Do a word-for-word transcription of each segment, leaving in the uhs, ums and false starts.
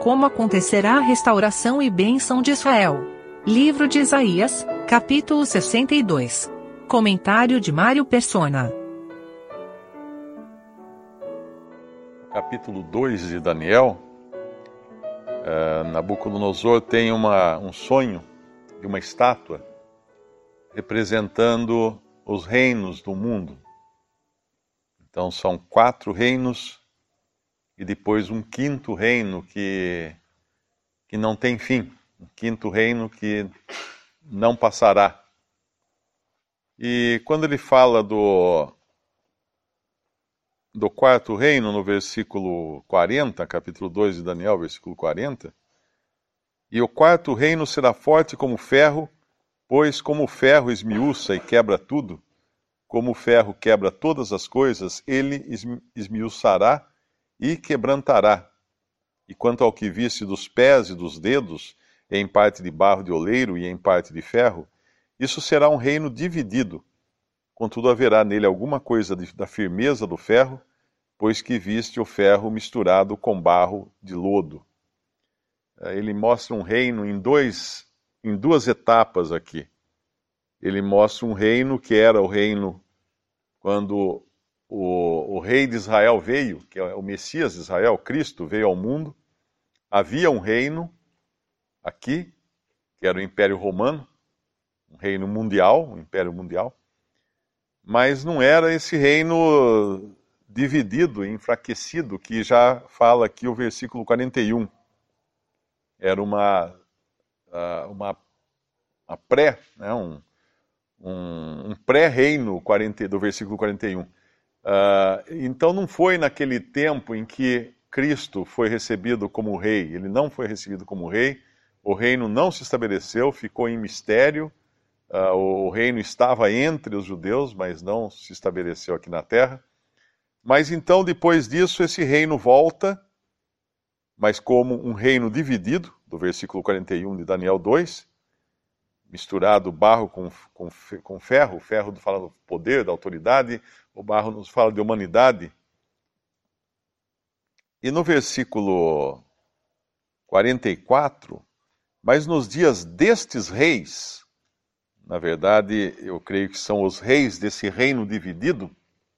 como acontecerá a restauração e bênção de Israel. Livro de Isaías, capítulo sessenta e dois. Comentário de Mário Persona. Capítulo dois de Daniel, uh, Nabucodonosor tem uma, um sonho de uma estátua representando os reinos do mundo. Então são quatro reinos e depois um quinto reino que, que não tem fim, um quinto reino que não passará. E quando ele fala do, do quarto reino, no versículo quarenta, capítulo dois de Daniel, versículo quarenta, e o quarto reino será forte como ferro, pois como o ferro esmiuça e quebra tudo, como o ferro quebra todas as coisas, ele esmiuçará e quebrantará. E quanto ao que viste dos pés e dos dedos, em parte de barro de oleiro e em parte de ferro, isso será um reino dividido. Contudo, haverá nele alguma coisa de, da firmeza do ferro, pois que viste o ferro misturado com barro de lodo. Ele mostra um reino em, dois, em duas etapas aqui. Ele mostra um reino que era o reino quando o, o rei de Israel veio, que é o Messias de Israel, Cristo, veio ao mundo. Havia um reino aqui, que era o Império Romano, um reino mundial, um império mundial, mas não era esse reino dividido, enfraquecido, que já fala aqui o versículo quarenta e um. Era uma, uma, uma pré, né, um, um, um pré-reino do versículo quarenta e um. Uh, então não foi naquele tempo em que Cristo foi recebido como rei, ele não foi recebido como rei, o reino não se estabeleceu, ficou em mistério. Uh, o reino estava entre os judeus, mas não se estabeleceu aqui na terra. Mas então, depois disso, esse reino volta, mas como um reino dividido, do versículo quarenta e um de Daniel dois, misturado barro com, com, com ferro, o ferro fala do poder, da autoridade, o barro nos fala de humanidade. E no versículo quarenta e quatro, mas nos dias destes reis, na verdade, eu creio que são os reis desse reino dividido,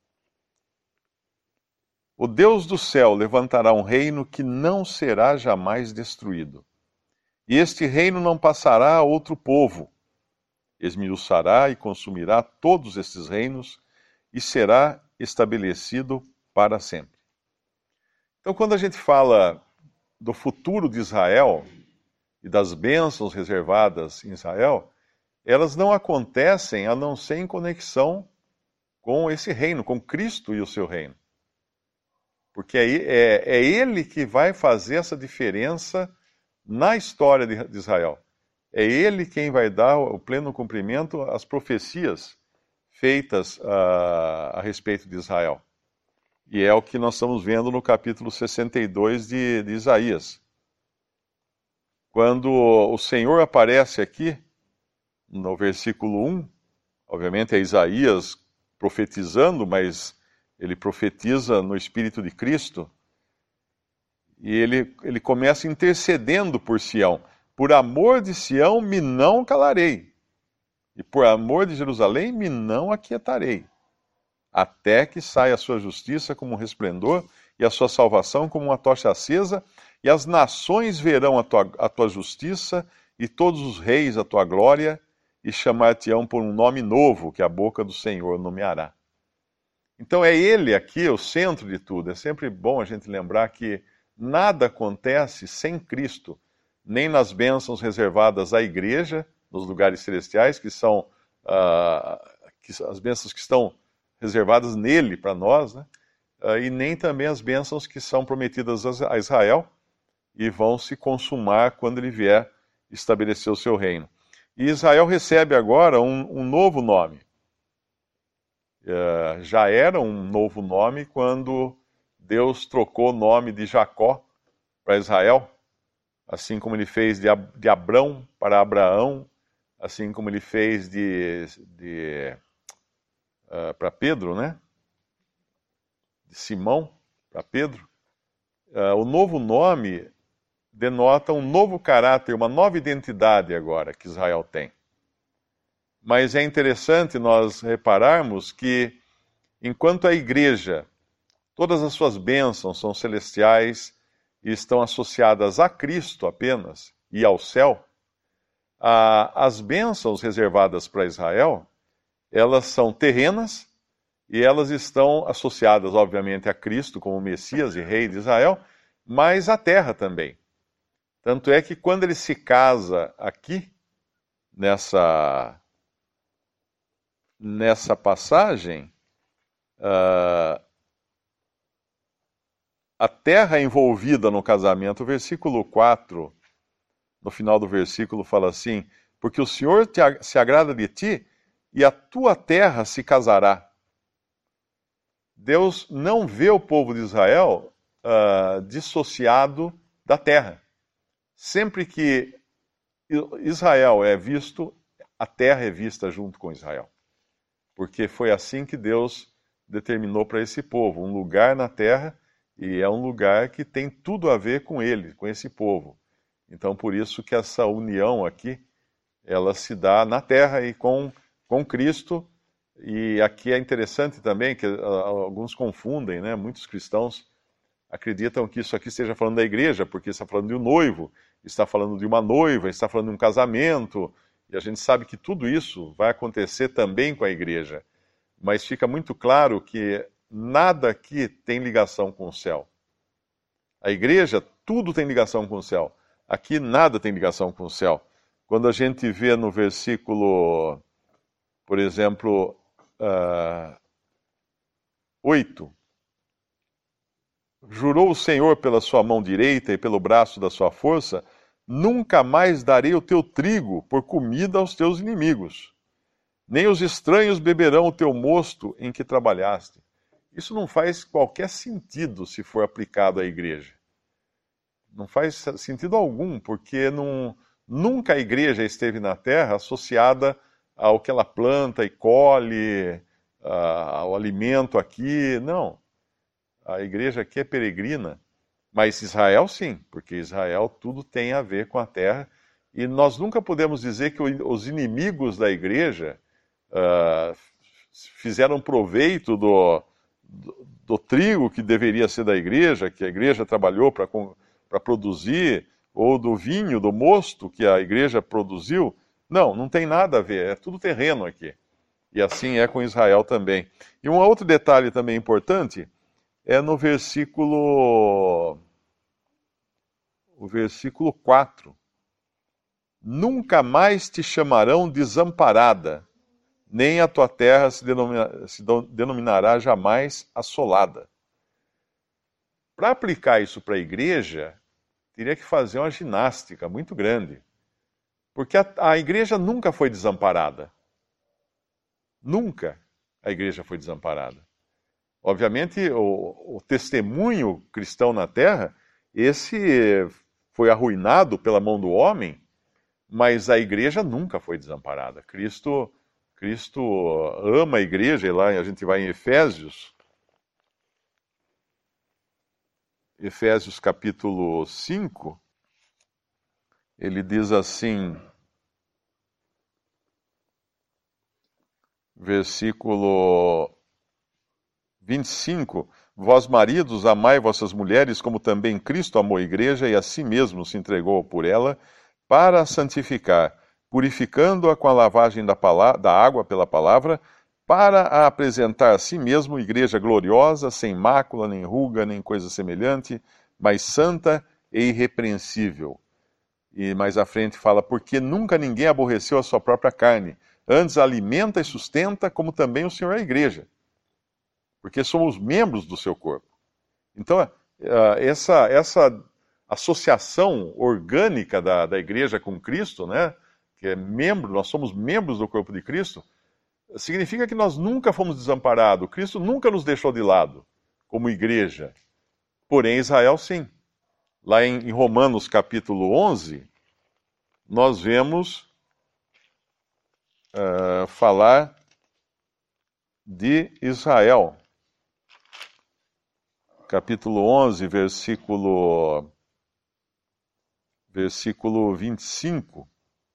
o Deus do céu levantará um reino que não será jamais destruído. E este reino não passará a outro povo. Esmiuçará e consumirá todos estes reinos e será estabelecido para sempre. Então, quando a gente fala do futuro de Israel e das bênçãos reservadas em Israel, elas não acontecem a não ser em conexão com esse reino, com Cristo e o seu reino. Porque é, é, é Ele que vai fazer essa diferença na história de, de Israel. É Ele quem vai dar o pleno cumprimento às profecias feitas uh, a respeito de Israel. E é o que nós estamos vendo no capítulo sessenta e dois de, de Isaías. Quando o Senhor aparece aqui, no versículo um, obviamente é Isaías profetizando, mas ele profetiza no Espírito de Cristo, e ele, ele começa intercedendo por Sião. Por amor de Sião me não calarei, e por amor de Jerusalém me não aquietarei, até que saia a sua justiça como um resplendor, e a sua salvação como uma tocha acesa, e as nações verão a tua, a tua justiça, e todos os reis a tua glória, e chamar-te-ão por um nome novo que a boca do Senhor nomeará. Então é Ele aqui o centro de tudo. É sempre bom a gente lembrar que nada acontece sem Cristo, nem nas bênçãos reservadas à igreja, nos lugares celestiais, que são uh, que, as bênçãos que estão reservadas nele para nós, né? Uh, e nem também as bênçãos que são prometidas a Israel e vão se consumar quando ele vier estabelecer o seu reino. E Israel recebe agora um, um novo nome. Uh, já era um novo nome quando Deus trocou o nome de Jacó para Israel, assim como ele fez de, Ab- de Abrão para Abraão, assim como ele fez de, de uh, para Pedro, né? De Simão para Pedro. Uh, o novo nome denota um novo caráter, uma nova identidade agora que Israel tem. Mas é interessante nós repararmos que, enquanto a igreja, todas as suas bênçãos são celestiais e estão associadas a Cristo apenas e ao céu, a, as bênçãos reservadas para Israel, elas são terrenas e elas estão associadas, obviamente, a Cristo como Messias e Rei de Israel, mas à terra também. Tanto é que quando ele se casa aqui, nessa, nessa passagem, uh, a terra envolvida no casamento, o versículo quatro, no final do versículo, fala assim: porque o Senhor te, se agrada de ti e a tua terra se casará. Deus não vê o povo de Israel uh, dissociado da terra. Sempre que Israel é visto, a terra é vista junto com Israel. Porque foi assim que Deus determinou para esse povo, um lugar na terra, e é um lugar que tem tudo a ver com ele, com esse povo. Então, por isso que essa união aqui, ela se dá na terra e com, com Cristo. E aqui é interessante também que uh, alguns confundem, né? Muitos cristãos acreditam que isso aqui esteja falando da igreja, porque está falando de um noivo, está falando de uma noiva, está falando de um casamento, e a gente sabe que tudo isso vai acontecer também com a igreja. Mas fica muito claro que nada aqui tem ligação com o céu. A igreja, tudo tem ligação com o céu. Aqui nada tem ligação com o céu. Quando a gente vê no versículo, por exemplo, uh, oito, jurou o Senhor pela sua mão direita e pelo braço da sua força, nunca mais darei o teu trigo por comida aos teus inimigos, nem os estranhos beberão o teu mosto em que trabalhaste. Isso não faz qualquer sentido se for aplicado à igreja. Não faz sentido algum, porque não, nunca a igreja esteve na terra associada ao que ela planta e colhe, uh, ao alimento aqui. Não. A igreja aqui é peregrina, mas Israel sim, porque Israel tudo tem a ver com a terra, e nós nunca podemos dizer que os inimigos da igreja uh, fizeram proveito do, do, do trigo que deveria ser da igreja, que a igreja trabalhou para para produzir, ou do vinho, do mosto que a igreja produziu. Não, não tem nada a ver, é tudo terreno aqui. E assim é com Israel também. E um outro detalhe também importante é no versículo, o versículo quatro. Nunca mais te chamarão desamparada, nem a tua terra se, denomina, se denominará jamais assolada. Para aplicar isso para a igreja, teria que fazer uma ginástica muito grande. Porque a, a igreja nunca foi desamparada. Nunca a igreja foi desamparada. Obviamente, o, o testemunho cristão na terra, esse foi arruinado pela mão do homem, mas a igreja nunca foi desamparada. Cristo, Cristo ama a igreja, e lá a gente vai em Efésios, Efésios capítulo cinco, ele diz assim, versículo vinte e cinco, vós maridos, amai vossas mulheres, como também Cristo amou a igreja e a si mesmo se entregou por ela, para a santificar, purificando-a com a lavagem da, palavra, da água pela palavra, para a apresentar a si mesmo igreja gloriosa, sem mácula, nem ruga, nem coisa semelhante, mas santa e irrepreensível. E mais à frente fala, porque nunca ninguém aborreceu a sua própria carne, antes a alimenta e sustenta, como também o Senhor a igreja. Porque somos membros do seu corpo. Então, essa, essa associação orgânica da, da igreja com Cristo, né, que é membro, nós somos membros do corpo de Cristo, significa que nós nunca fomos desamparados. Cristo nunca nos deixou de lado, como igreja. Porém, Israel sim. Lá em, em Romanos capítulo onze, nós vemos uh, falar de Israel. Capítulo onze, versículo versículo vinte e cinco.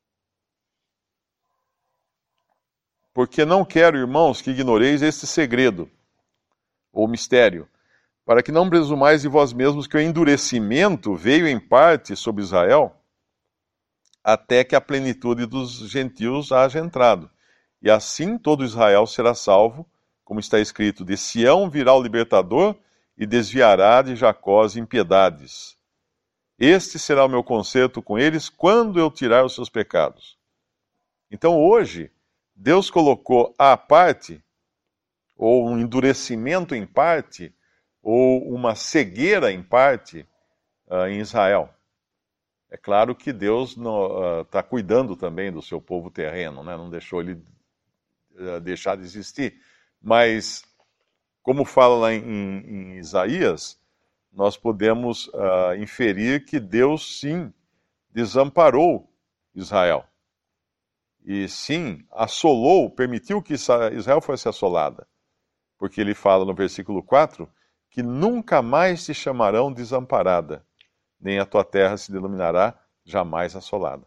Porque não quero, irmãos, que ignoreis este segredo, ou mistério, para que não presumais de vós mesmos que o endurecimento veio em parte sobre Israel, até que a plenitude dos gentios haja entrado. E assim todo Israel será salvo, como está escrito, de Sião virá o libertador e desviará de Jacó as impiedades. Este será o meu concerto com eles quando eu tirar os seus pecados. Então hoje, Deus colocou à parte, ou um endurecimento em parte, ou uma cegueira em parte uh, em Israel. É claro que Deus está uh, cuidando também do seu povo terreno, né? Não deixou ele uh, deixar de existir. Mas, como fala lá em, em Isaías, nós podemos uh, inferir que Deus sim desamparou Israel. E sim, assolou, permitiu que Israel fosse assolada. Porque ele fala no versículo quatro que nunca mais te chamarão desamparada, nem a tua terra se denominará jamais assolada.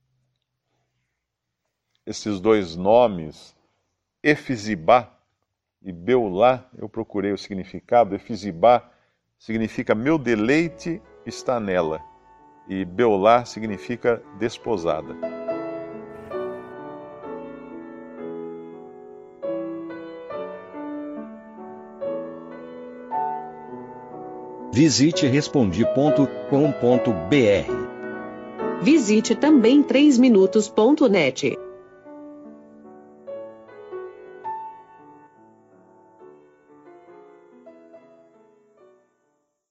Esses dois nomes, Efizibá e Beulá, eu procurei o significado. Efizibá significa meu deleite está nela, e Beulá significa desposada. Visite respondi ponto com ponto br. Visite também três minutos ponto net.